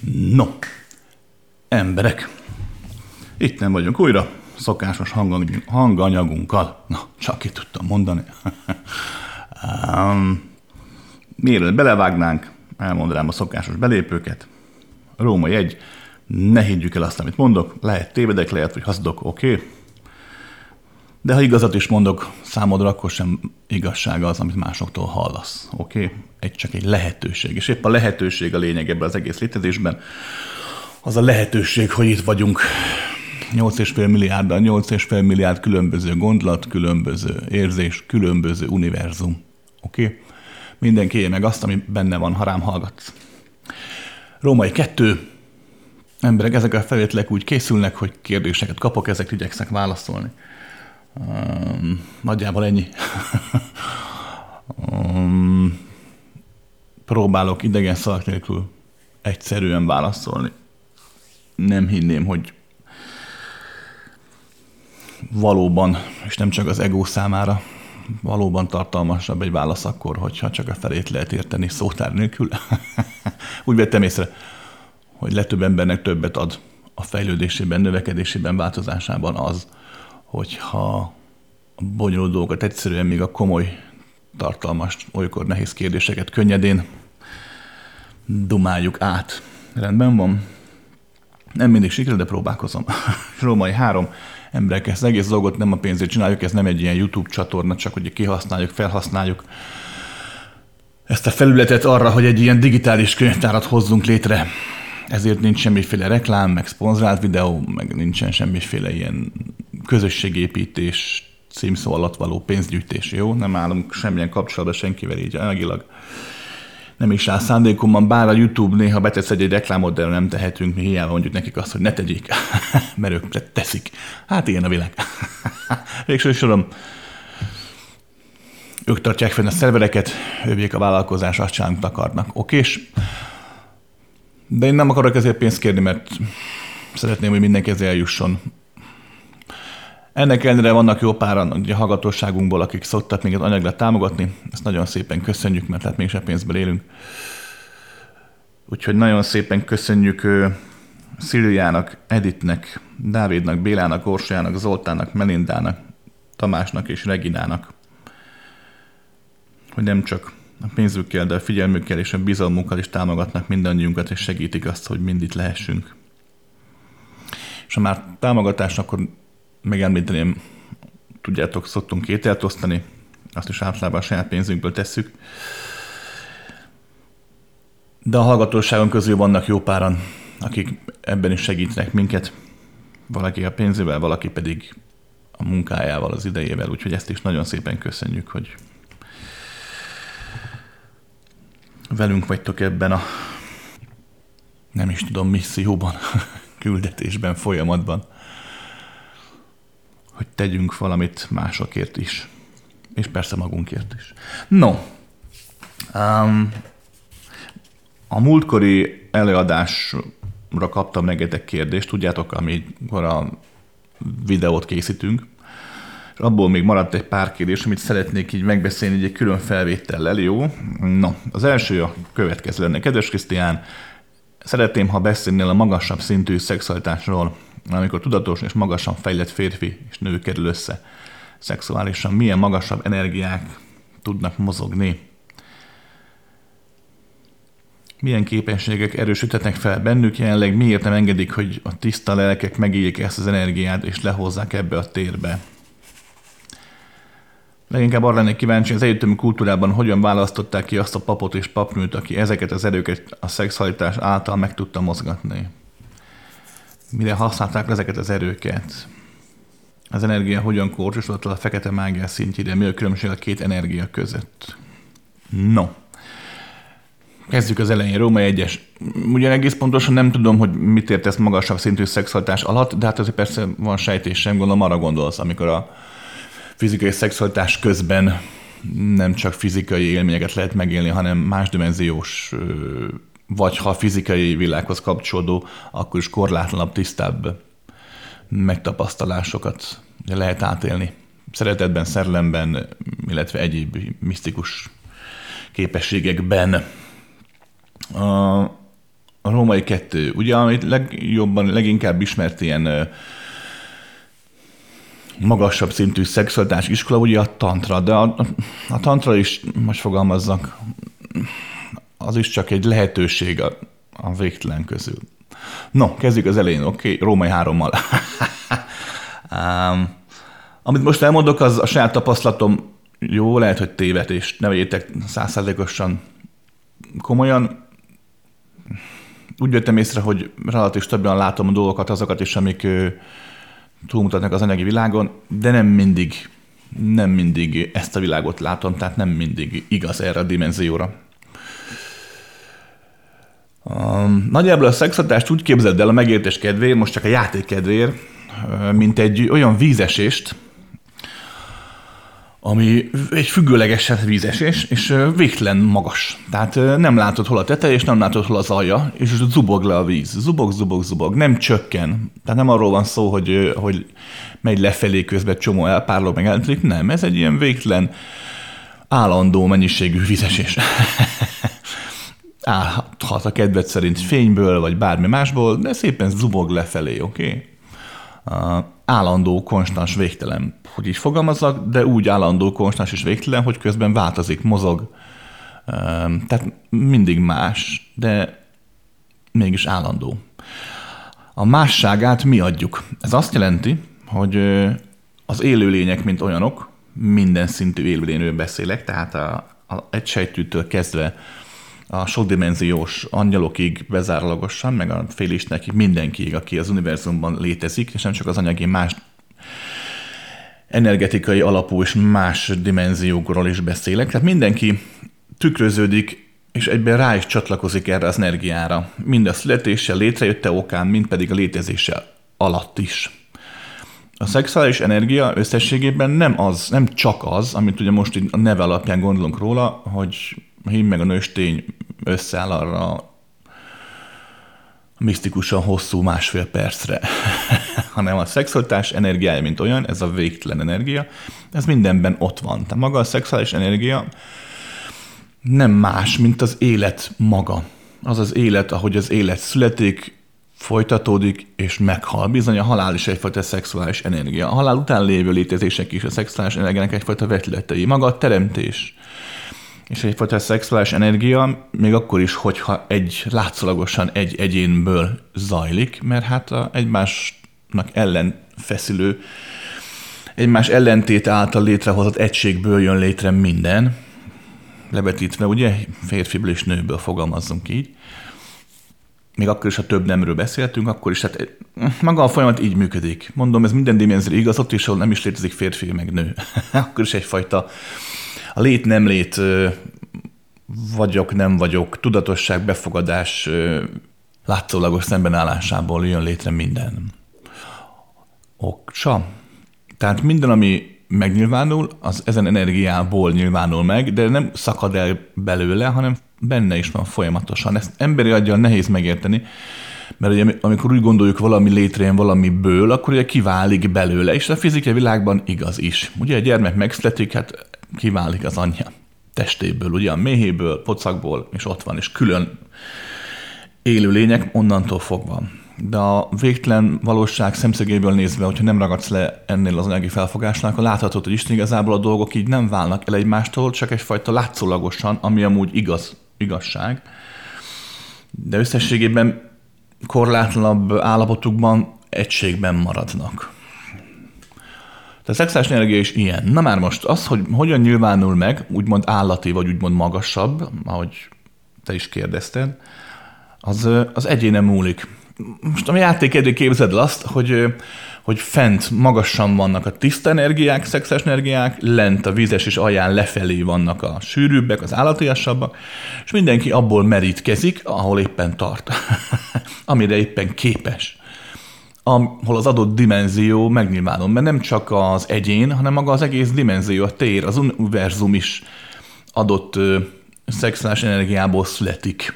No, emberek, itt nem vagyunk újra, szokásos hanganyagunkkal. Na, csak ki tudtam mondani. Mielőtt belevágnánk, elmondanám a szokásos belépőket. Római 1, ne higgyük el azt, amit mondok, lehet tévedek, lehet, hogy hazudok, oké? De ha igazat is mondok számodra, akkor sem igazsága az, amit másoktól hallasz, oké? Csak egy lehetőség, és épp a lehetőség a lényeg ebben az egész létezésben. Az a lehetőség, hogy itt vagyunk 8,5 milliárddal, 8,5 milliárd különböző gondolat, különböző érzés, különböző univerzum, oké? Mindenki élje meg azt, ami benne van, ha rám hallgatsz. Római 2. Emberek, ezek a felvételek úgy készülnek, hogy kérdéseket kapok, ezeket igyekszek válaszolni. Nagyjából ennyi. Próbálok idegen szavak nélkül egyszerűen válaszolni. Nem hinném, hogy valóban, és nem csak az ego számára, valóban tartalmasabb egy válasz akkor, hogyha csak a felét lehet érteni szótár nélkül. Úgy vettem észre, hogy legtöbb embernek többet ad a fejlődésében, növekedésében, változásában az, hogyha a bonyolult dolgokat egyszerűen még a komoly, tartalmas, olykor nehéz kérdéseket könnyedén dumáljuk át. Rendben van? Nem mindig sikerül, de próbálkozom. Római 3. Emberek, ezt az egész dolgot nem a pénzért csináljuk, ez nem egy ilyen YouTube csatorna, csak hogy kihasználjuk, felhasználjuk ezt a felületet arra, hogy egy ilyen digitális könyvtárat hozzunk létre. Ezért nincs semmiféle reklám, meg szponzorált videó, meg nincsen semmiféle ilyen közösségépítés, címszó alatt való pénzgyűjtés, jó? Nem állunk semmilyen kapcsolatban senkivel így anyagilag. Nem is áll szándékomban, bár a YouTube néha betesz egy reklámot, de nem tehetünk, mi hiába mondjuk nekik azt, hogy ne tegyék, mert ők teszik. Hát ilyen a világ. Végső soron ők tartják fenn a szervereket, ővék a vállalkozás, azt csinálunk, akarnak. Okés? De én nem akarok ezért pénzt kérni, mert szeretném, hogy mindenki ezzel eljusson. Ennek ellenére vannak jó páran a hallgatóságunkból, akik szoktak minket anyagilag támogatni. Ezt nagyon szépen köszönjük, mert hát mégse pénzből élünk. Úgyhogy nagyon szépen köszönjük Szilviának, Editnek, Dávidnak, Bélának, Orsolyának, Zoltánnak, Melindának, Tamásnak és Reginának, hogy nem csak a pénzükkel, de a figyelmükkel és a bizalmukkal is támogatnak mindannyiunkat, és segítik azt, hogy mind itt lehessünk. És ha már támogatás, akkor megemlíteném, tudjátok, szoktunk ételt osztani, azt is általában a saját pénzünkből tesszük. De a hallgatóságon közül vannak jó páran, akik ebben is segítenek minket. Valaki a pénzével, valaki pedig a munkájával, az idejével, úgyhogy ezt is nagyon szépen köszönjük, hogy velünk vagytok ebben a, nem is tudom, misszióban, küldetésben, folyamatban, hogy tegyünk valamit másokért is. És persze magunkért is. No, a múltkori előadásra kaptam rengeteg kérdést, tudjátok, amikor a videót készítünk, és abból még maradt egy pár kérdés, amit szeretnék így megbeszélni egy külön felvétellel, jó? No, az első a következő lenne. Kedves Krisztián, szeretném, ha beszélnél a magasabb szintű szexualitásról, amikor tudatos és magasan fejlett férfi és nő kerül össze szexuálisan. Milyen magasabb energiák tudnak mozogni? Milyen képességek erősödhetnek fel bennük jelenleg? Miért nem engedik, hogy a tiszta lelkek megéljék ezt az energiát és lehozzák ebbe a térbe? Leginkább arra lennék kíváncsi, az együttemi kultúrában hogyan választották ki azt a papot és papnőt, aki ezeket az erőket a szexualitás által meg tudta mozgatni. Mire használták ezeket az erőket? Az energia hogyan korcsosodott a fekete mágia szintjére? Mi a különbség a két energia között? No. Kezdjük az elején, Római 1-es. Ugyan egész pontosan nem tudom, hogy mit értesz magasabb szintű szexualitás alatt, de hát azért persze van sejtésem, gondolom arra gondolsz, amikor a fizikai szexualitás közben nem csak fizikai élményeket lehet megélni, hanem másdimenziós, vagy ha a fizikai világhoz kapcsolódó, akkor is korlátlanabb, tisztább megtapasztalásokat lehet átélni. Szeretetben, szerelemben, illetve egyéb misztikus képességekben. A római 2. Ugye, amit leginkább ismert ilyen magasabb szintű szexualitás iskola, ugye a tantra, de a tantra is, most fogalmazzak, az is csak egy lehetőség a végtelen közül. No, kezdjük az elején, oké? Római 3-mal. Amit most elmondok, az a saját tapasztalatom, jó, lehet, hogy tévedés, ne vegyétek 100%-osan komolyan. Úgy jöttem észre, hogy relatív stabilan látom a dolgokat, azokat is, amik túlmutatnak az anyagi világon, de nem mindig ezt a világot látom, tehát nem mindig igaz erre a dimenzióra. Nagyjából a szexualitást úgy képzeld el a megértés kedvéért, most csak a játék kedvéért, mint egy olyan vízesést, ami egy függőlegesen vízesés, és végtelen magas. Tehát nem látod hol a teteje, és nem látod hol az alja, és zubog le a víz. Zubog, nem csökken. Tehát nem arról van szó, hogy megy lefelé közben csomó elpárolog, meg eltűnik. Nem, ez egy ilyen végtelen állandó mennyiségű vízesés. Állhat a kedved szerint fényből, vagy bármi másból, de szépen zubog lefelé, oké? Állandó, konstans, végtelen, hogy így fogalmazzak, de úgy állandó, konstans és végtelen, hogy közben változik, mozog. Tehát mindig más, de mégis állandó. A másságát mi adjuk. Ez azt jelenti, hogy az élőlények, mint olyanok, minden szintű élőlényről beszélek, tehát a egysejtűtől kezdve a sokdimenziós angyalokig bezárólagosan, meg a félistenekig, mindenkiig, aki az univerzumban létezik, és nem csak az anyagi, más energetikai alapú és más dimenziókról is beszélek. Tehát mindenki tükröződik, és egyben rá is csatlakozik erre az energiára. Mind a születéssel, létrejötte okán, mind pedig a létezéssel alatt is. A szexuális energia összességében nem csak az, amit ugye most a neve alapján gondolunk róla, hogy a hím meg a nőstény összeáll arra misztikusan hosszú 1,5 percre, hanem a szexualitás energiája, mint olyan, ez a végtelen energia, ez mindenben ott van. Tehát maga a szexuális energia nem más, mint az élet maga. Az az élet, ahogy az élet születik, folytatódik és meghal. Bizony a halál is egyfajta szexuális energia. A halál után lévő létezések is a szexuális energiának egyfajta vetületei. Maga a teremtés és egyfajta szexuális energia, még akkor is, hogyha látszólagosan egy egyénből zajlik, mert hát egymásnak ellenfeszülő, egymás ellentét által létrehozott egységből jön létre minden, levetítve, ugye, férfiből és nőből fogalmazzunk így. Még akkor is, ha több nemről beszéltünk, akkor is, hát maga a folyamat így működik. Mondom, ez minden dimenzióra igaz, ott is, ahol nem is létezik férfi meg nő. Akkor is egyfajta a lét-nem lét, vagyok, nem vagyok, tudatosság, befogadás látszólagos szembenállásából jön létre minden. Oksa. Tehát minden, ami megnyilvánul, az ezen energiából nyilvánul meg, de nem szakad el belőle, hanem benne is van folyamatosan. Ezt emberi aggyal nehéz megérteni, mert ugye, amikor úgy gondoljuk, valami létrejön valamiből, akkor ugye kiválik belőle, és a fizikai világban igaz is. Ugye a gyermek megszületik, hát kiválik az anyja testéből, ugye a méhéből, pocakból, és ott van, és külön élő lények onnantól fogva. De a végtelen valóság szemszögéből nézve, hogyha nem ragadsz le ennél az anyagi felfogásnak, akkor láthatod, hogy Isten igazából a dolgok így nem válnak el egymástól, csak egyfajta látszólagosan, ami amúgy igazság. De összességében korlátlanabb állapotukban egységben maradnak. Tehát a szexuális energia is ilyen. Na már most az, hogy hogyan nyilvánul meg, úgymond állati, vagy úgymond magasabb, ahogy te is kérdezted, az egyénen múlik. Most a játékedő képzeld el azt, hogy fent magasan vannak a tiszta energiák, szexuális energiák, lent a vízes és alján lefelé vannak a sűrűbbek, az állatiasabbak, és mindenki abból merítkezik, ahol éppen tart, amire éppen képes. Ahol az adott dimenzió megnyilvánul, mert nem csak az egyén, hanem maga az egész dimenzió, a tér, az univerzum is adott szexuális energiából születik.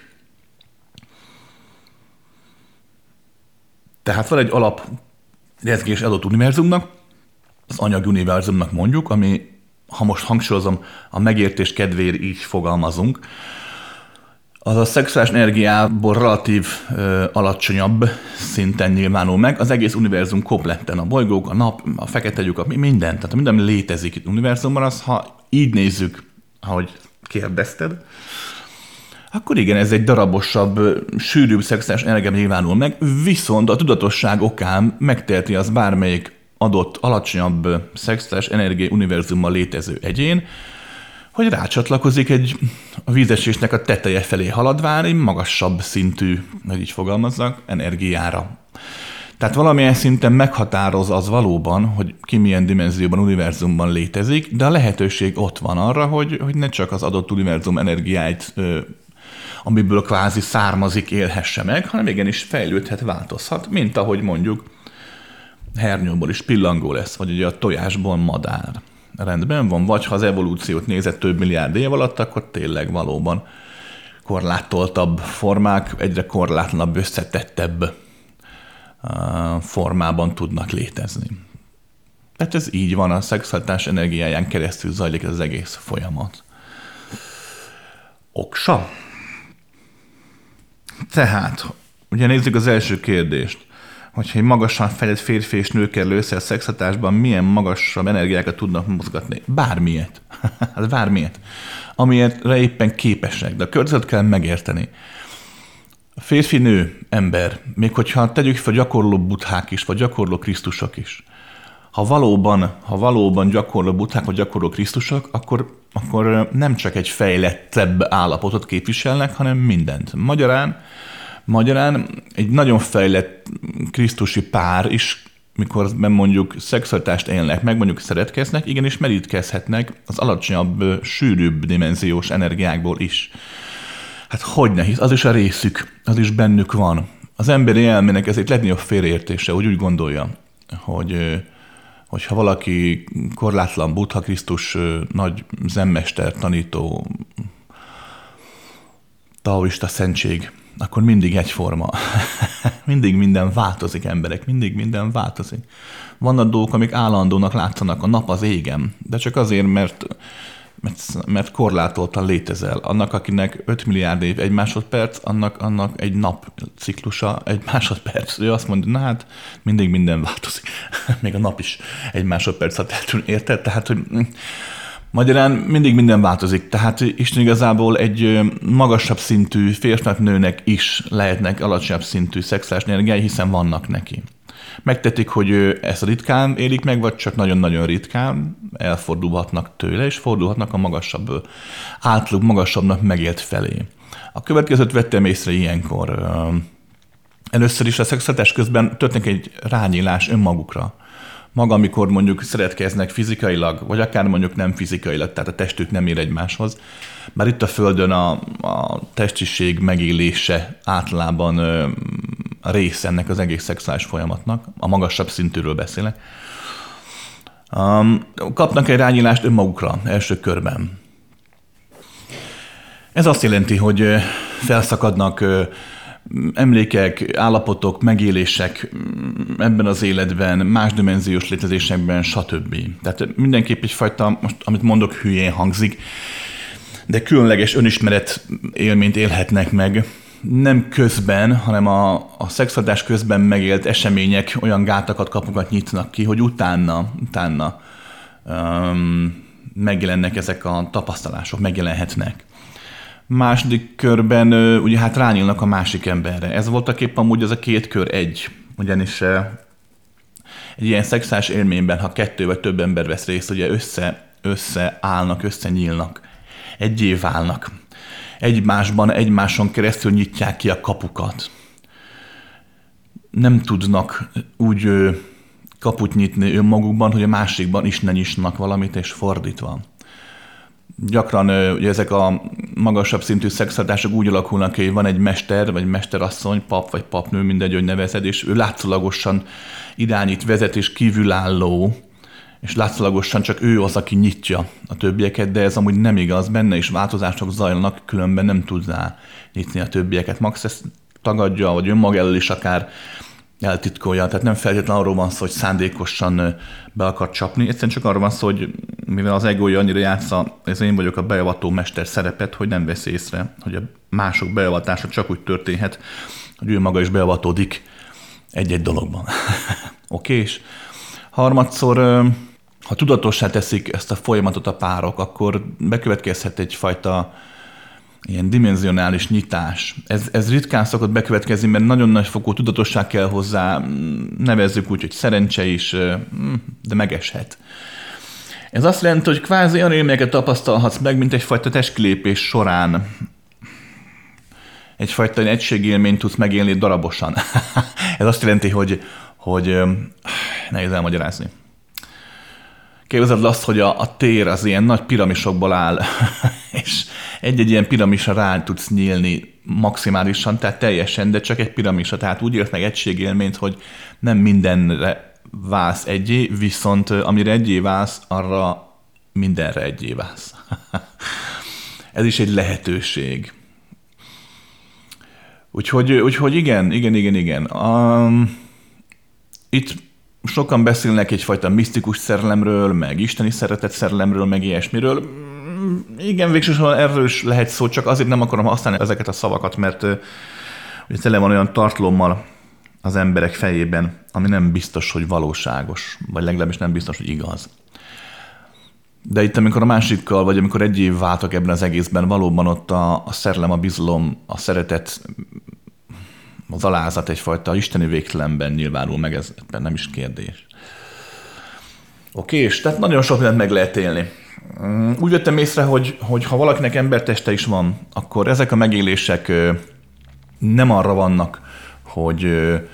Tehát van egy alap rezgés adott univerzumnak, az anyag univerzumnak mondjuk, ami, ha most hangsúlyozom, a megértés kedvéért így fogalmazunk, az a szexuális energiából relatív alacsonyabb szinten nyilvánul meg. Az egész univerzum kompletten, a bolygók, a nap, a fekete lyuk, minden, tehát minden, ami létezik itt univerzumban, az, ha így nézzük, ahogy kérdezted, akkor igen, ez egy darabosabb, sűrűbb szexuális energia nyilvánul meg, viszont a tudatosság okán megteheti az bármelyik adott alacsonyabb szexuális energia univerzummal létező egyén, hogy rácsatlakozik a vízesésnek a teteje felé haladván egy magasabb szintű, hogy így fogalmazzak, energiára. Tehát valamilyen szinten meghatároz az valóban, hogy ki milyen dimenzióban, univerzumban létezik, de a lehetőség ott van arra, hogy ne csak az adott univerzum energiáit, amiből kvázi származik, élhesse meg, hanem igenis fejlődhet, változhat, mint ahogy mondjuk hernyóból is pillangó lesz, vagy ugye a tojásból madár. Rendben van, vagy ha az evolúciót nézett több milliárd év alatt, akkor tényleg valóban korlátoltabb formák, egyre korlátlanabb, összetettebb formában tudnak létezni. Tehát ez így van, a szexualitás energiáján keresztül zajlik ez az egész folyamat. Oksa? Tehát, ugye nézzük az első kérdést, hogyha egy magasan fejlett férfi és nő kerül össze a szexualitásban, milyen magasabb energiákat tudnak mozgatni? Bármilyet. Hát bármilyet. Amilyetre éppen képesek, de a környezetet kell megérteni. A férfi, nő, ember, még hogyha tegyük fel gyakorló buddhák is, vagy gyakorló krisztusok is. Ha valóban gyakorló buddhák, vagy gyakorló krisztusok, akkor nem csak egy fejlettebb állapotot képviselnek, hanem mindent. Magyarán egy nagyon fejlett krisztusi pár is, mikor mondjuk szexualitást élnek meg, mondjuk szeretkeznek, igenis merítkezhetnek az alacsonyabb, sűrűbb dimenziós energiákból is. Hát hogyne, hisz az is a részük, az is bennük van. Az emberi elmének ezért legnagyobb félreértése, úgy gondolja, hogyha valaki korlátlan Buddha Krisztus, nagy zenmester, tanító, taoista szentség, akkor mindig egyforma. Mindig minden változik, emberek, mindig minden változik. Vannak dolgok, amik állandónak látszanak, a nap az égen, de csak azért, mert korlátoltan létezel. Annak, akinek 5 milliárd év egy másodperc, annak egy nap ciklusa egy másodperc. Ő azt mondja, na hát mindig minden változik. Még a nap is egy másodperc eltűnt, érted? Tehát, hogy magyarán mindig minden változik. Tehát Isten igazából egy magasabb szintű férfinak, nőnek is lehetnek alacsonyabb szintű szexuális energiái, hiszen vannak neki. Megtetik, hogy ezt ritkán élik meg, vagy csak nagyon-nagyon ritkán elfordulhatnak tőle, és fordulhatnak a magasabb, általuk magasabbnak megélt felé. A következőt vettem észre ilyenkor. Először is a szexualitás közben történik egy rányílás önmagukra. Maga, amikor mondjuk szeretkeznek fizikailag, vagy akár mondjuk nem fizikailag, tehát a testük nem ér egymáshoz. Bár itt a Földön a testiség megélése általában a része ennek az egész szexuális folyamatnak, a magasabb szintűről beszélek. Kapnak egy rányílást önmagukra első körben. Ez azt jelenti, hogy felszakadnak emlékek, állapotok, megélések ebben az életben, más dimenziós létezésekben, stb. Tehát mindenképp egyfajta, most amit mondok, hülyén hangzik, de különleges önismeret élményt élhetnek meg, nem közben, hanem a szexualitás közben megélt események olyan gátakat, kapukat nyitnak ki, hogy utána megjelennek ezek a tapasztalások, megjelenhetnek. Második körben ugye hát rányílnak a másik emberre. Ez voltak éppen amúgy az a két kör egy. Ugyanis egy ilyen szexuális élményben, ha 2 vagy több ember vesz részt, ugye összeállnak, összenyílnak, egyé válnak. Egymáson keresztül nyitják ki a kapukat. Nem tudnak úgy kaput nyitni önmagukban, hogy a másikban is ne nyisnak valamit, és fordítva. Gyakran ugye ezek a magasabb szintű szexualitások úgy alakulnak ki, hogy van egy mester, vagy mesterasszony, pap vagy papnő, mindegy, hogy nevezed, és ő látszólagosan irányít, vezet és kívülálló, és látszólagosan csak ő az, aki nyitja a többieket, de ez amúgy nem igaz, benne is változások zajlanak, különben nem tudná nyitni a többieket. Max ezt tagadja, vagy önmaga elől is akár eltitkolja, tehát nem feltétlenül arról van szó, hogy szándékosan be akar csapni, egyszerűen csak arról van szó, hogy mivel az egója annyira játsza, ez én vagyok a beavató mester szerepet, hogy nem vesz észre, hogy a mások beavatása csak úgy történhet, hogy ő maga is beavatódik egy-egy dologban. Oké, és harmadszor, ha tudatossá teszik ezt a folyamatot a párok, akkor bekövetkezhet egyfajta ilyen dimenzionális nyitás. Ez ritkán szokott bekövetkezni, mert nagyon nagy fokú tudatosság kell hozzá, nevezzük úgy, hogy szerencse is, de megeshet. Ez azt jelenti, hogy kvázi olyan élményeket tapasztalhatsz meg, mint egyfajta testkilépés során. Egyfajta egységélményt tudsz megélni darabosan. Ez azt jelenti, hogy nehéz elmagyarázni. Képzeld azt, hogy a tér az ilyen nagy piramisokból áll, és egy-egy ilyen piramisra rá tudsz nyílni maximálisan, tehát teljesen, de csak egy piramisra. Tehát úgy élt meg egységélményt, hogy nem mindenre válsz egyé, viszont amire egyé válsz, arra mindenre egyé válsz. Ez is egy lehetőség. Úgyhogy igen. Itt sokan beszélnek egyfajta misztikus szerelemről, meg isteni szeretet szerelemről, meg ilyesmiről. Igen, végsősorban erről is lehet szó, csak azért nem akarom használni ezeket a szavakat, mert ugye tele van olyan tartalommal az emberek fejében, ami nem biztos, hogy valóságos, vagy legalábbis nem biztos, hogy igaz. De itt, amikor a másikkal, vagy amikor egyé váltak ebben az egészben, valóban ott a szerelem, a bizalom, a szeretet, az alázat egyfajta isteni végtelenben nyilvánul meg, ez nem is kérdés. Oké, és tehát nagyon sok mindent meg lehet élni. Úgy vettem észre, hogy ha valakinek emberteste is van, akkor ezek a megélések nem arra vannak, hogy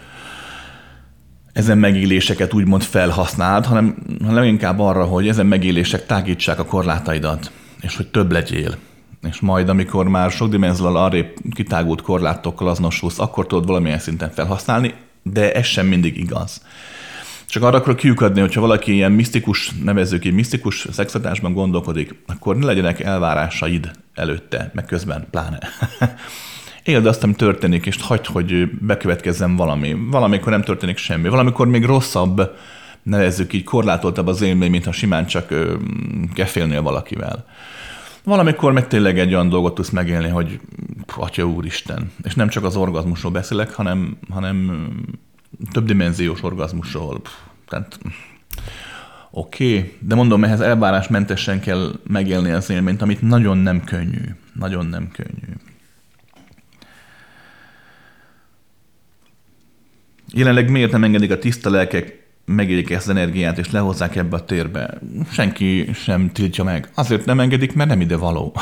ezen megéléseket úgymond felhasználd, hanem inkább arra, hogy ezen megélések tágítsák a korlátaidat, és hogy több legyél. És majd, amikor már sok dimenzióval arrébb kitágult korlátokkal azonosulsz, akkor tudod valamilyen szinten felhasználni, de ez sem mindig igaz. Csak arra akarok kiukadni, hogyha valaki ilyen misztikus, nevezzük így misztikus szexualitásban gondolkodik, akkor ne legyenek elvárásaid előtte, meg közben pláne. Éld azt, ami történik, és hagyd, hogy bekövetkezzen valami. Valamikor nem történik semmi. Valamikor még rosszabb, nevezzük így, korlátoltabb az élmény, mintha simán csak kefélnél valakivel. Valamikor meg tényleg egy olyan dolgot tudsz megélni, hogy Atya Úristen. És nem csak az orgazmusról beszélek, hanem többdimenziós orgazmusról. Tehát oké, de mondom, ehhez elvárásmentesen kell megélni az élményt, amit nagyon nem könnyű. Nagyon nem könnyű. Jelenleg miért nem engedik a tiszta lelkek, megélik ezt az energiát, és lehozzák ebbe a térbe? Senki sem tiltja meg. Azért nem engedik, mert nem ide való.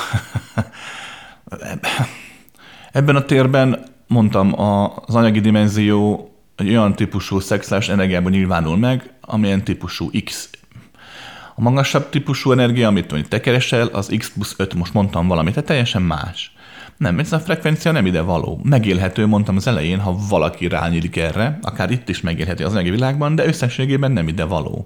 Ebben a térben, mondtam, az anyagi dimenzió egy olyan típusú szexuális energiában nyilvánul meg, amilyen típusú X. A magasabb típusú energia, amit te keresel, az X+5, most mondtam valamit, tehát teljesen más. Nem, ez a frekvencia nem ide való. Megélhető, mondtam az elején, ha valaki rányílik erre, akár itt is megélheti az anyagi világban, de összességében nem ide való.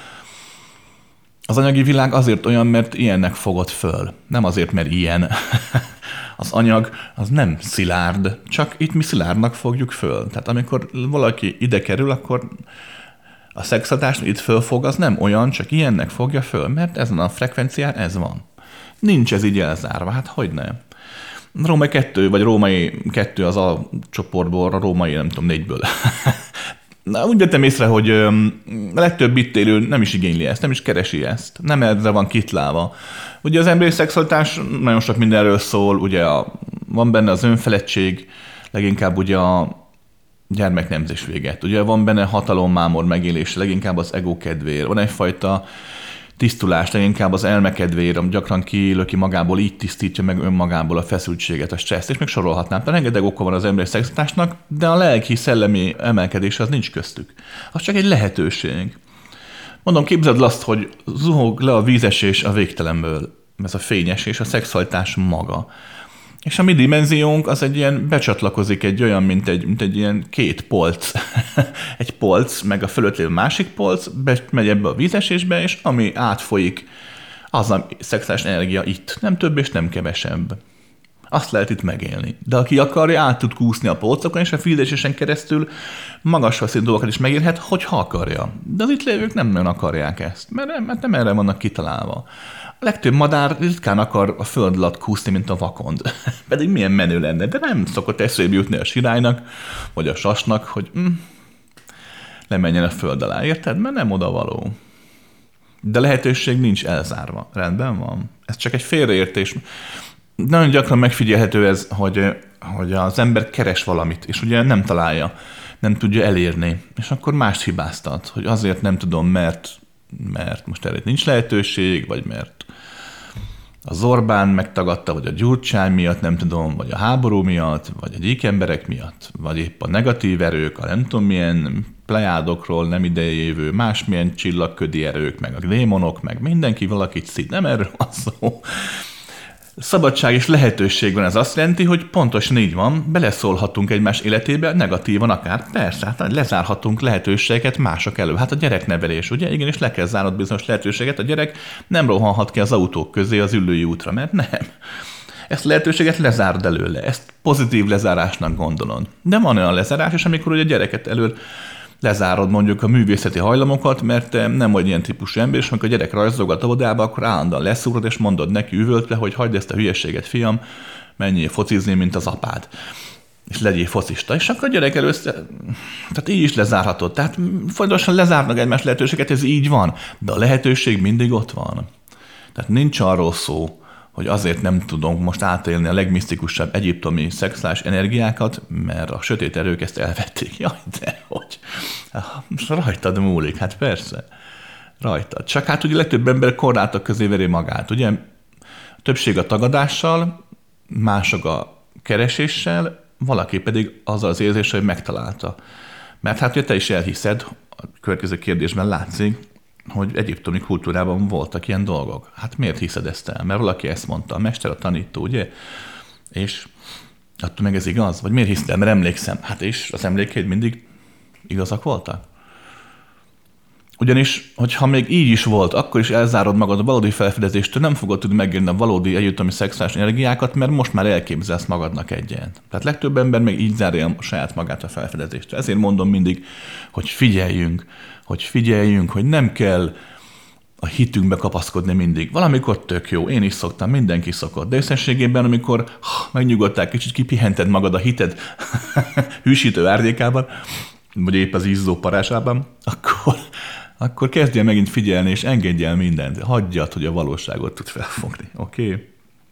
Az anyagi világ azért olyan, mert ilyennek fogod föl. Nem azért, mert ilyen. Az anyag az nem szilárd, csak itt mi szilárdnak fogjuk föl. Tehát amikor valaki ide kerül, akkor a szexualitást itt fölfog, az nem olyan, csak ilyennek fogja föl, mert ezen a frekvencián ez van. Nincs ez így elzárva, hát hogyne. Római 2, vagy Római 2 az a csoportból, a Római nem tudom 4-ből. Na, úgy vettem észre, hogy a legtöbb itt élő nem is igényli ezt, nem is keresi ezt. Nem erre van kitlálva. Ugye az emberi szexualitás nagyon sok mindenről szól, ugye van benne az önfeledtség, leginkább ugye a gyermeknemzés véget. Ugye van benne hatalommámor megélése, leginkább az ego kedvéért. Van egyfajta tisztulás, leginkább az elme kedvéért, gyakran kilöki magából, így tisztítja meg önmagából a feszültséget, a stresszt, és még sorolhatnám. Tehát rengeteg oka van az emberi szexualitásnak, de a lelki, szellemi emelkedés az nincs köztük. Az csak egy lehetőség. Mondom, képzeld azt, hogy zuhog le a vízesés a végtelenből, ez a fényesés, a szexualitás maga. És a mi dimenziónk az egy ilyen, becsatlakozik egy olyan, mint egy ilyen két polc. Egy polc, meg a fölött lévő másik polc, megy ebbe a vízesésbe, és ami átfolyik, az a szexuális energia itt. Nem több és nem kevesebb. azt lehet itt megélni. De aki akarja, át tud kúszni a polcokon, és a fildésésen keresztül magasra szintű dolgokat is megélhet, hogyha akarja. De az itt lévők nem nagyon akarják ezt, mert nem erre vannak kitalálva. A legtöbb madár ritkán akar a föld alatt kúszni, mint a vakond. Pedig milyen menő lenne, de nem szokott eszébe jutni a sirálynak, vagy a sasnak, hogy lemenjen a föld alá, érted? Mert nem odavaló. De lehetőség nincs elzárva. Rendben van. Ez csak egy félreértés. Nagyon gyakran megfigyelhető ez, hogy az ember keres valamit, és ugye nem találja, nem tudja elérni. És akkor mást hibáztat, hogy azért nem tudom, mert most erre nincs lehetőség, vagy mert az Orbán megtagadta, vagy a Gyurcsány miatt, nem tudom, vagy a háború miatt, vagy a gyík emberek miatt, vagy épp a negatív erők, a nem tudom milyen plejádokról nem idejévő, másmilyen csillagködi erők, meg a démonok, meg mindenki valakit szít. Nem erről van szó. Szabadság és lehetőség van, ez azt jelenti, hogy pontosan így van, beleszólhatunk egymás életébe, negatívan akár, persze, hát lezárhatunk lehetőségeket mások elő. Hát a gyereknevelés, ugye? Igenis le kell zárnod bizonyos lehetőséget, a gyerek nem rohanhat ki az autók közé az Üllői útra, mert nem. Ezt a lehetőséget lezárd előle, ezt pozitív lezárásnak gondolod. De van olyan lezárás, és amikor ugye a gyereket elől lezárod mondjuk a művészeti hajlamokat, mert te nem vagy ilyen típusú ember, és amikor a gyerek rajzolgat a óvodába, akkor állandóan leszúrod, és mondod neki üvöltve, hogy hagyd ezt a hülyeséget, fiam, menjél focizni, mint az apád. És legyél focista. És akkor a gyerek először, tehát így is lezárhatod. Tehát folyamatosan lezárnak egymás lehetőséget, ez így van. De a lehetőség mindig ott van. Tehát nincs arról szó, hogy azért nem tudunk most átélni a legmisztikusabb egyiptomi szexuális energiákat, mert a sötét erők ezt elvették. Jaj, de hogy? Rajtad múlik, hát persze. Rajtad. Csak hát ugye legtöbb ember korlátok közé veri magát. Ugye többség a tagadással, mások a kereséssel, valaki pedig azzal az érzéssel, hogy megtalálta. Mert hát ugye te is elhiszed, a következő kérdésben látszik, hogy egyiptomi kultúrában voltak ilyen dolgok. Hát miért hiszed ezt el? Mert valaki ezt mondta, a mester, a tanító, ugye? És attól meg ez igaz? Vagy miért hiszed el? Mert emlékszem. Hát és az emlékeid mindig igazak voltak? Ugyanis, hogyha még így is volt, akkor is elzárod magad a valódi felfedezéstől, nem fogod tudni megélni a valódi egyiptomi szexuális energiákat, mert most már elképzelsz magadnak egyet. Tehát legtöbb ember még így zárja saját magát a felfedezéstől. Ezért mondom mindig, hogy figyeljünk, hogy nem kell a hitünkbe kapaszkodni mindig. Valamikor tök jó, én is szoktam, mindenki szokott, de összességében, amikor megnyugodtál, kicsit kipihented magad a hited hűsítő árnyékában, vagy épp az izzó parázsában, akkor kezdjél megint figyelni, és engedj el mindent. Hagyjad, hogy a valóságot tud felfogni. Oké? Okay?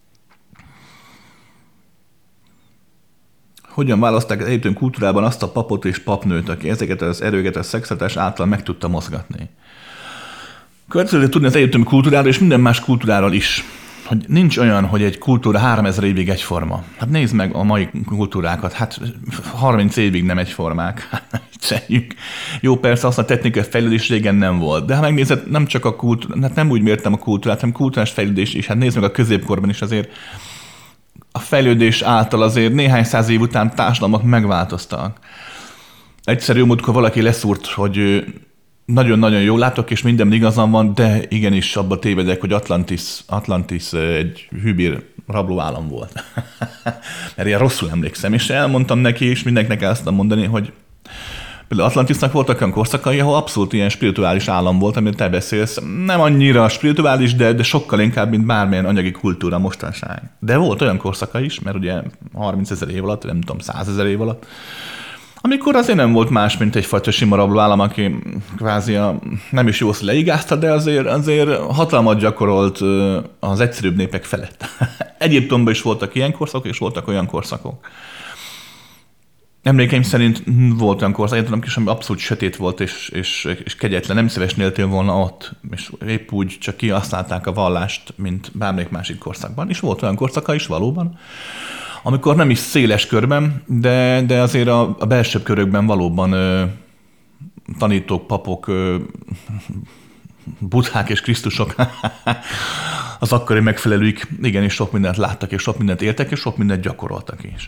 Hogyan választák az egyiptomi kultúrában azt a papot és papnőt, aki ezeket az erőket a szexualitás által meg tudta mozgatni? Következő tudni az egyiptomi kultúráról és minden más kultúráról is, hogy nincs olyan, hogy egy kultúra 3000 évig egyforma. Hát nézd meg a mai kultúrákat, hát 30 évig nem egyformák. Jó, persze azt a technikai fejlődés régen nem volt, de ha megnézed, nem csak a kultúra, hát nem úgy mértem a kultúrát, hanem kulturális fejlődés is. Hát nézd meg a középkorban is azért a fejlődés által azért néhány száz év után társadalmak megváltoztak. Egyszer jó múltkor valaki leszúrt, hogy nagyon-nagyon jól látok, és minden igazam van, de igenis abba tévedek, hogy Atlantis egy hűbér rablóállam volt. Mert ilyen rosszul emlékszem, és elmondtam neki, és mindenkinek el tudtam mondani, hogy például Atlantisnak voltak olyan korszakai, ahol abszolút ilyen spirituális állam volt, amiről te beszélsz. Nem annyira spirituális, de sokkal inkább, mint bármilyen anyagi kultúra mostanság. De volt olyan korszaka is, mert ugye 30 000 év alatt, nem tudom, 100 000 év alatt, amikor azért nem volt más, mint egyfajta sima rablóállam, aki kvázi nem is jó leigázta, de azért hatalmat gyakorolt az egyszerűbb népek felett. Egyiptomban is voltak ilyen korszakok, és voltak olyan korszakok. Emlékeim szerint volt olyan korszak, ami abszolút sötét volt, és kegyetlen, nem szívesen éltél volna ott, és épp úgy csak kihasználták a vallást, mint bármelyik másik korszakban. És volt olyan korszaka is valóban, amikor nem is széles körben, de azért a belsőbb körökben valóban tanítók, papok, buddhák és krisztusok, az akkori megfelelőik igenis sok mindent láttak, és sok mindent éltek, és sok mindent gyakoroltak is.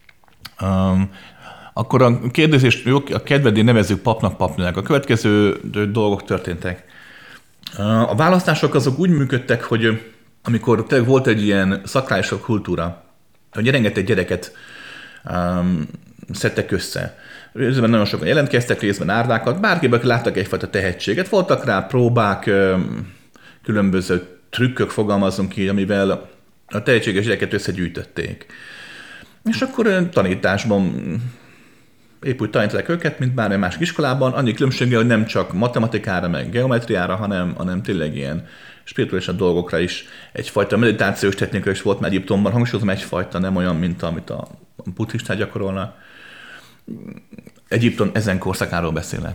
Akkor a kérdezést, a kedvedén nevezzük papnak, papnőnek. A következő dolgok történtek. A választások azok úgy működtek, hogy amikor volt egy ilyen szakrális kultúra, hogy rengeteg gyereket szedtek össze. Részben nagyon sokan jelentkeztek, részben árvákat, bárkiben láttak egyfajta tehetséget. Voltak rá próbák, különböző trükkök, fogalmazunk így, amivel a tehetséges gyereket összegyűjtötték. És akkor tanításban épp úgy tanították őket, mint bármely más iskolában, annyi különbséggel, hogy nem csak matematikára, meg geometriára, hanem tényleg ilyen spirituális dolgokra is. Egyfajta meditációs technika is volt már Egyiptomban, hangsúlyozom egyfajta, nem olyan, mint amit a buddhisták gyakorolnak. Egyiptom ezen korszakáról beszélek.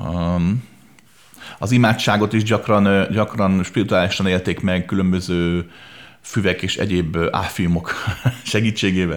Az imádságot is gyakran spirituálisan élték meg különböző füvek és egyéb áfiumok segítségével.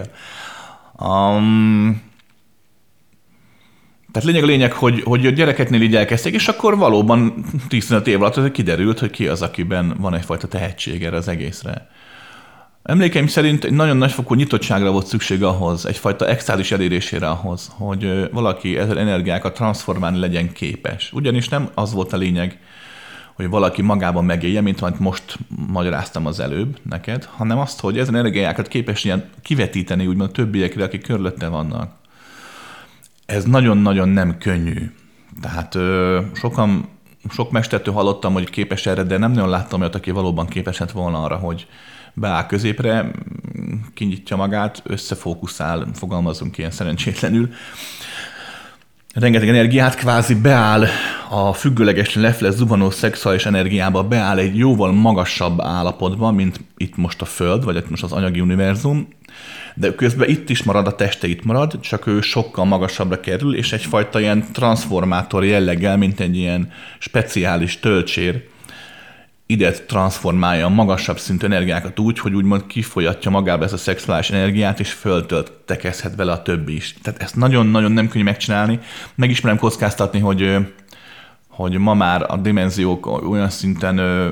Tehát lényeg, hogy a gyerekeknél így elkezdték, és akkor valóban 15 év alatt kiderült, hogy ki az, akiben van egyfajta tehetség erre az egészre. Emlékeim szerint egy nagyon nagyfokú nyitottságra volt szükség ahhoz, egyfajta extázis elérésére ahhoz, hogy valaki ezen energiákat transformálni legyen képes. Ugyanis nem az volt a lényeg, hogy valaki magában megélje, mint amit most magyaráztam az előbb neked, hanem azt, hogy ezen energiákat képes ilyen kivetíteni úgymond a többiekre, akik körülötte vannak. Ez nagyon-nagyon nem könnyű. Tehát sok mestertől hallottam, hogy képes erre, de nem nagyon láttam olyat, aki valóban képes lett volna arra, hogy beáll középre, kinyitja magát, összefókuszál, fogalmazunk ilyen szerencsétlenül. Rengeteg energiát kvázi beáll a függőlegesen lefele zuhanó szexuális energiába, beáll egy jóval magasabb állapotba, mint itt most a Föld, vagy itt most az anyagi univerzum, de közben itt is marad, a teste itt marad, csak ő sokkal magasabbra kerül, és egyfajta ilyen transformátor jelleggel, mint egy ilyen speciális töltsér, ide transformálja a magasabb szintű energiákat úgy, hogy úgymond kifolyatja magába ezt a szexuális energiát, és föltöltekezhet vele a többi is. Tehát ezt nagyon-nagyon nem könnyű megcsinálni. Megismerem kockáztatni, hogy ma már a dimenziók olyan szinten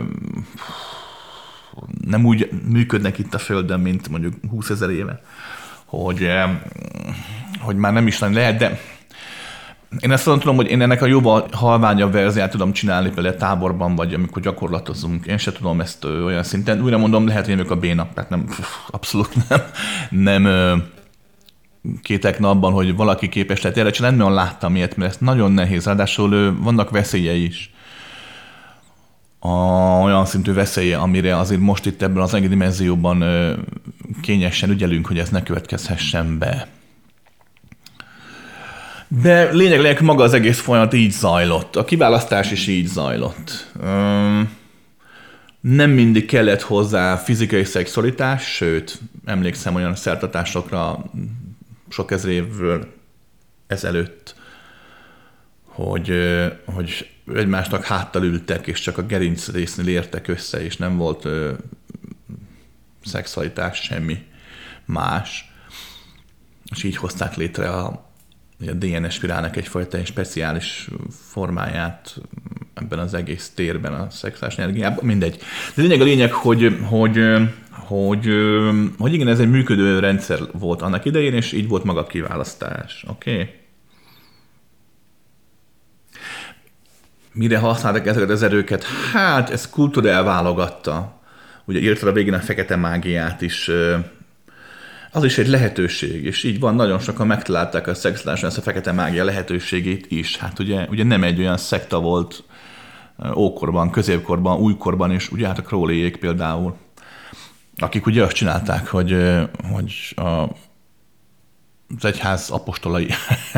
nem úgy működnek itt a Földön, mint mondjuk 20 000 éve, hogy már nem is nagyon lehet, de én ezt tudom, hogy én ennek a jóval halványabb verzióját tudom csinálni például táborban, vagy amikor gyakorlatozunk. Én sem tudom ezt olyan szinten. Újra mondom, lehet, hogy a béna, tehát nem, abszolút nem kételkedem abban, hogy valaki képes lehet erre, csak nem nagyon láttam ilyet, mert ez nagyon nehéz. Ráadásul vannak veszélyei is. Olyan szintű veszélye, amire azért most itt ebben az anyagi dimenzióban kényesen ügyelünk, hogy ez ne következhessen be. De lényeg maga az egész folyamat így zajlott. A kiválasztás is így zajlott. Nem mindig kellett hozzá fizikai szexualitás, sőt, emlékszem olyan szertartásokra sok ezer évvel ezelőtt, hogy egymásnak háttal ültek, és csak a gerinc résznél értek össze, és nem volt szexualitás, semmi más. És így hozták létre a DNS spirálnak egyfajta speciális formáját ebben az egész térben, a szexuális energiában, mindegy. De a lényeg, hogy igen, ez egy működő rendszer volt annak idején, és így volt maga a kiválasztás. Oké? Okay? Mire használtak ezeket az erőket? Hát, ez kultúra elválogatta. Ugye írtad a végén a fekete mágiát is, az is egy lehetőség, és így van, nagyon sokan megtalálták a szexuálisan ezt a fekete mágia lehetőségét is. Hát ugye nem egy olyan szekta volt ókorban, középkorban, újkorban, és ugye hát a Crowleyék például, akik ugye azt csinálták, hogy az egyház apostolai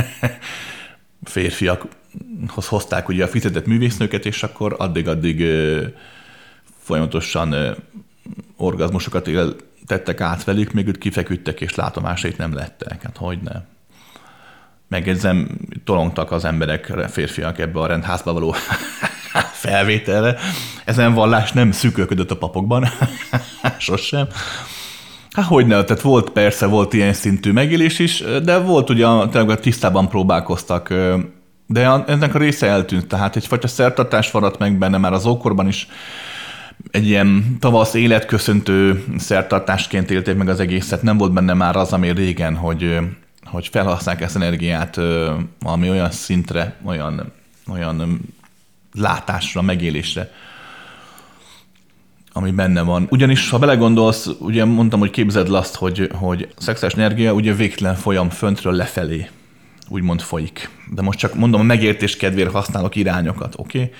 férfiakhoz hozták ugye a fizetett művésznőket, és akkor addig folyamatosan orgazmusokat tettek át velük, még ők kifeküdtek, és látomásait nem lettek. Hát hogyne. Megjegyzem, tolongtak az emberek, férfiak ebbe a rendházba való felvételre. Ezen vallás nem szűkölködött a papokban. Sosem. Hát hogyne, tehát volt ilyen szintű megélés is, de volt ugye, tényleg tisztában próbálkoztak, de ennek a része eltűnt. Tehát egyfajta szertartás maradt meg benne már az ókorban is, egy ilyen tavasz életköszöntő szertartásként élték meg az egészet. Nem volt benne már az, ami régen, hogy felhasználják ezt energiát valami olyan szintre, olyan látásra, megélésre, ami benne van. Ugyanis, ha belegondolsz, ugye mondtam, hogy képzeld azt, hogy a szexuális energia ugye végtelen folyam föntről lefelé, úgymond folyik. De most csak mondom, a megértés kedvéért használok irányokat, oké? Okay?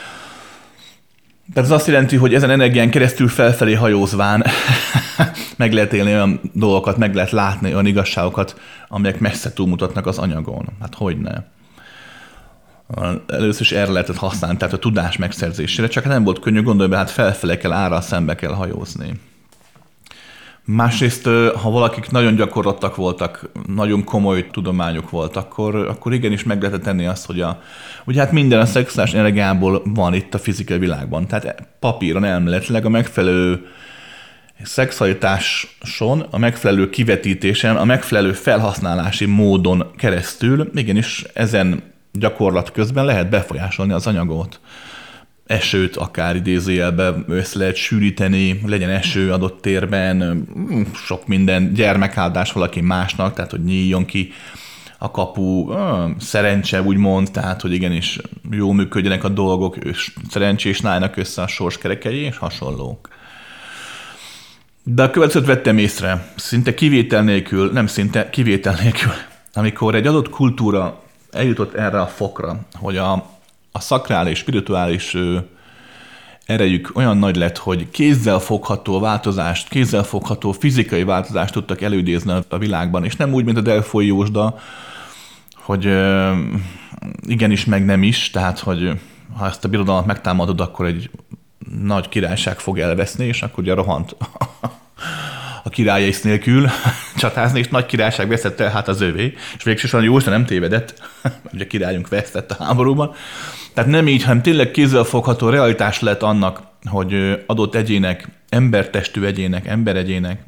Tehát ez azt jelenti, hogy ezen energián keresztül felfelé hajózván meg lehet élni olyan dolgokat, meg lehet látni olyan igazságokat, amelyek messze túlmutatnak az anyagon. Hát hogyne. Először is erre lehetett használni, tehát a tudás megszerzésére, csak nem volt könnyű, gondolj be, hát felfele kell, árral szembe kell hajózni. Másrészt, ha valakik nagyon gyakorlottak voltak, nagyon komoly tudományuk volt, akkor igenis meg lehetett tenni azt, hogy ugye hát minden a szexuális energiából van itt a fizikai világban. Tehát papíron elméletileg a megfelelő szexualitáson, a megfelelő kivetítésen, a megfelelő felhasználási módon keresztül igenis ezen gyakorlat közben lehet befolyásolni az anyagot. Esőt akár idézőjelbe össze lehet sűríteni, legyen eső adott térben, sok minden, gyermekáldás valaki másnak, tehát hogy nyíljon ki a kapu, szerencse úgymond, tehát hogy igenis jól működjenek a dolgok, és szerencsés álljanak össze a sorskerekei, és hasonlók. De a következőt vettem észre, szinte kivétel nélkül, amikor egy adott kultúra eljutott erre a fokra, hogy a szakrális, spirituális erejük olyan nagy lett, hogy kézzel fogható változást, kézzel fogható fizikai változást tudtak elődézni a világban, és nem úgy, mint a Delfoi Józsda, hogy igenis, meg nem is, tehát, hogy ha ezt a birodalmat megtámadod, akkor egy nagy királyság fog elveszni, és akkor ugye rohant a királyaisz nélkül csatázni, és nagy királyság veszett el hát az övé, és végsősorban Józsda nem tévedett, ugye királyunk vesztett a háborúban. Tehát nem így, hanem tényleg kézzelfogható realitás lett annak, hogy adott egyének, embertestű egyének, emberegyének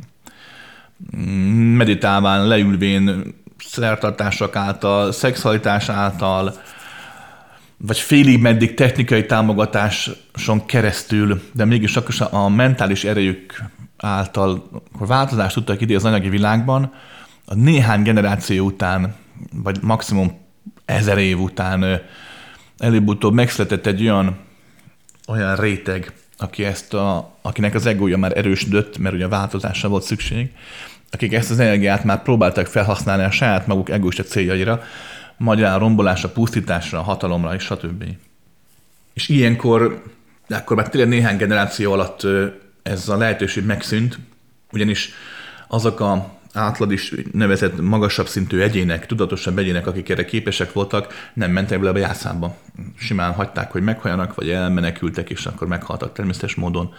meditálván, leülvén, szertartások által, szexualitás által, vagy félig meddig technikai támogatáson keresztül, de mégis akkor a mentális erejük által változást tudtak idézni az anyagi világban, a néhány generáció után, vagy maximum 1000 év után előbb-utóbb megszületett egy olyan réteg, akinek az egója már erősödött, mert ugye változásra volt szükség, akik ezt az energiát már próbáltak felhasználni a saját maguk egoista céljaira, magyarán rombolásra, pusztításra, hatalomra és stb. És ilyenkor, akkor már tényleg néhány generáció alatt ez a lehetőség megszűnt, ugyanis azok a átlag is nevezett magasabb szintű egyének, tudatosabb egyének, akik erre képesek voltak, nem mentek bele a játszámba. Simán hagyták, hogy meghalljanak, vagy elmenekültek, és akkor meghaltak természetes módon.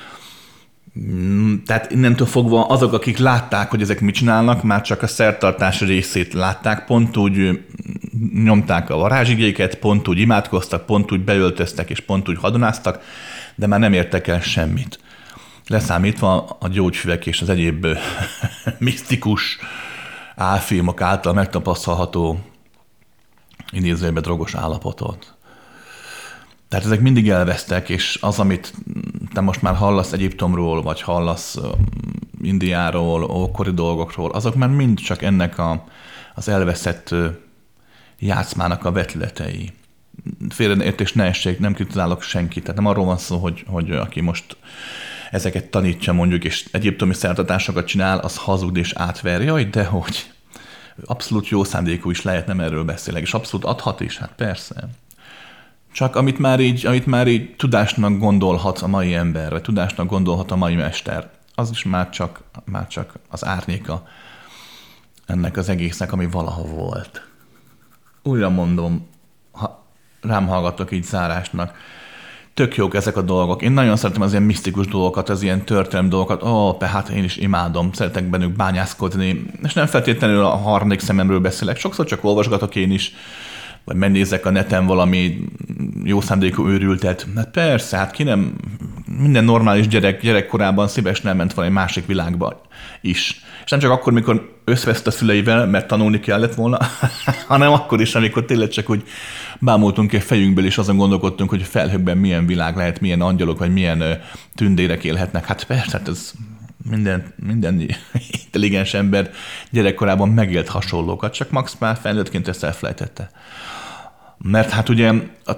Tehát innentől fogva azok, akik látták, hogy ezek mit csinálnak, már csak a szertartás részét látták, pont úgy nyomták a varázsigéket, pont úgy imádkoztak, pont úgy beöltöztek, és pont úgy hadonáztak, de már nem értek el semmit. Leszámítva a gyógyfüvek és az egyéb misztikus álfilmok által megtapasztalható idézőjelben drogos állapotot. Tehát ezek mindig elvesztek, és az, amit te most már hallasz Egyiptomról, vagy hallasz Indiáról, ókori dolgokról, azok már mind csak ennek az elveszett játszmának a vetületei. Félreértés ne essék, nem kritizálok senkit. Tehát nem arról van szó, hogy aki most ezeket tanítja mondjuk, és egyiptomi szertartásokat csinál, az hazud és átver. Jaj, dehogy. Abszolút jó szándékú is lehet, nem erről beszélek, és abszolút adhat is, hát persze. Csak amit már így tudásnak gondolhat a mai ember, vagy tudásnak gondolhat a mai mester, az is már csak az árnyéka ennek az egésznek, ami valaha volt. Újra mondom, ha rám hallgattok így zárásnak, tök jók ezek a dolgok. Én nagyon szeretem az ilyen misztikus dolgokat, az ilyen történelmi dolgokat. Hát én is imádom, szeretek bennük bányászkodni, és nem feltétlenül a harmadik szememről beszélek. Sokszor csak olvasgatok én is, vagy megnézek a neten valami jó szándékú őrültet. Hát persze, hát ki nem, minden normális gyerekkorában szívesen elment valami másik világba is. És nem csak akkor, mikor összeveszt a szüleivel, mert tanulni kellett volna, hanem akkor is, amikor tényleg csak úgy bámultunk egy fejünkből, és azon gondolkodtunk, hogy felhőkben milyen világ lehet, milyen angyalok, vagy milyen tündérek élhetnek. Hát persze, hát ez minden intelligens ember gyerekkorában megélt hasonlókat, csak max már felnőttként ezt elfelejtette. Mert hát ugye a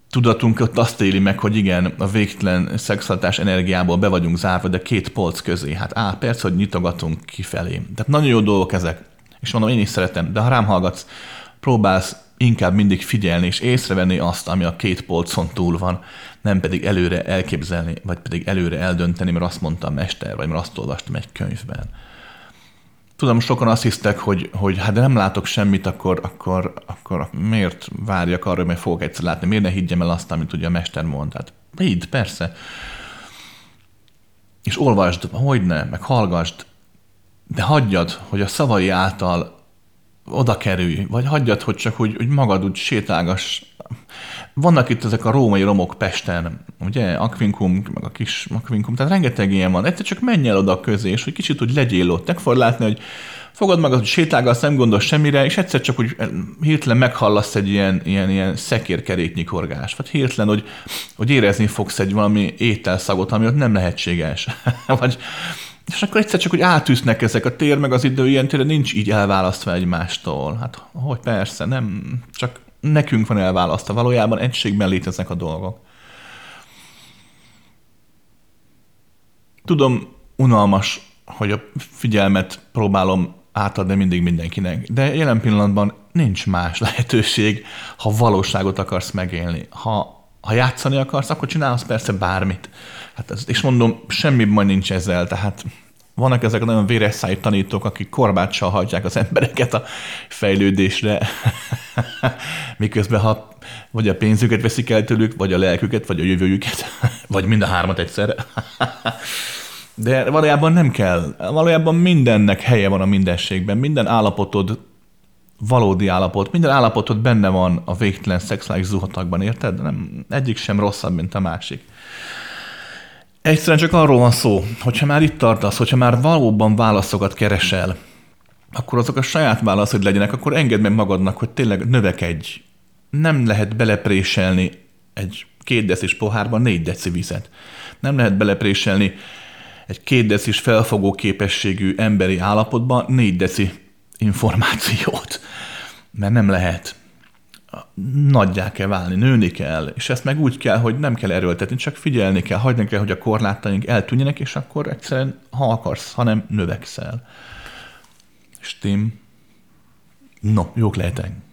tudatunk ott azt éli meg, hogy igen, a végtelen szexualitás energiából be vagyunk zárva, de két polc közé. Hát persze, hogy nyitogatunk kifelé. Tehát nagyon jó dolgok ezek. És mondom, én is szeretem, de ha rám hallgatsz, próbálsz inkább mindig figyelni és észrevenni azt, ami a két polcon túl van, nem pedig előre elképzelni, vagy pedig előre eldönteni, mert azt mondta a mester, vagy mert azt olvastam egy könyvben. Tudom, sokan azt hisztek, hogy hát de nem látok semmit, akkor miért várjak arra, hogy meg fogok egyszer látni? Miért ne higgyem el azt, amit ugye a mester mond? Hát hidd, persze. És olvasd, hogyne, meg hallgasd, de hagyjad, hogy a szavai által oda kerülj, vagy hagyjad, hogy csak úgy magad úgy sétálgass. Vannak itt ezek a római romok Pesten, ugye, Aquincum, meg a kis Aquincum, tehát rengeteg ilyen van. Egyszer csak menj el oda közé, és hogy kicsit úgy legyél ott. Meg fogod látni, hogy fogod magad, hogy sétálgatsz, nem gondolsz semmire, és egyszer csak úgy hirtelen meghallasz egy ilyen szekérkeréknyi korgást, vagy hirtelen, hogy érezni fogsz egy valami ételszagot, ami ott nem lehetséges. És akkor egyszer csak úgy átűznek ezek a tér, meg az idő ilyen tényleg nincs így elválasztva egymástól. Hát hogy persze, nem, csak nekünk van elválasztva. Valójában egységben léteznek a dolgok. Tudom, unalmas, hogy a figyelmet próbálom átadni mindig mindenkinek, de jelen pillanatban nincs más lehetőség, ha valóságot akarsz megélni. Ha játszani akarsz, akkor csinálsz persze bármit. Hát és mondom, semmi baj nincs ezzel, tehát vannak ezek a nagyon véres szájú tanítók, akik korbáccsal hagyják az embereket a fejlődésre, miközben vagy a pénzüket veszik el tőlük, vagy a lelküket, vagy a jövőjüket, vagy mind a hármat egyszerre. De valójában nem kell. Valójában mindennek helye van a mindenségben. Minden állapotod valódi állapot. Minden állapotod benne van a végtelen szexuális zuhatagban, érted? Nem, egyik sem rosszabb, mint a másik. Egyszerűen csak arról van szó, hogyha már itt tartasz, hogyha már valóban válaszokat keresel, akkor azok a saját válaszod legyenek, akkor engedd meg magadnak, hogy tényleg növekedj. Nem lehet belepréselni egy 2 decis pohárba 4 deci vizet. Nem lehet belepréselni egy 2 decis felfogó képességű emberi állapotba 4 deci információt. Mert nem lehet. Nagyjá kell válni, nőni kell, és ezt meg úgy kell, hogy nem kell erőltetni, csak figyelni kell, hagyni kell, hogy a korlátaink eltűnjenek, és akkor egyszerűen, ha akarsz, hanem növekszel. És Tim, jók lehetünk.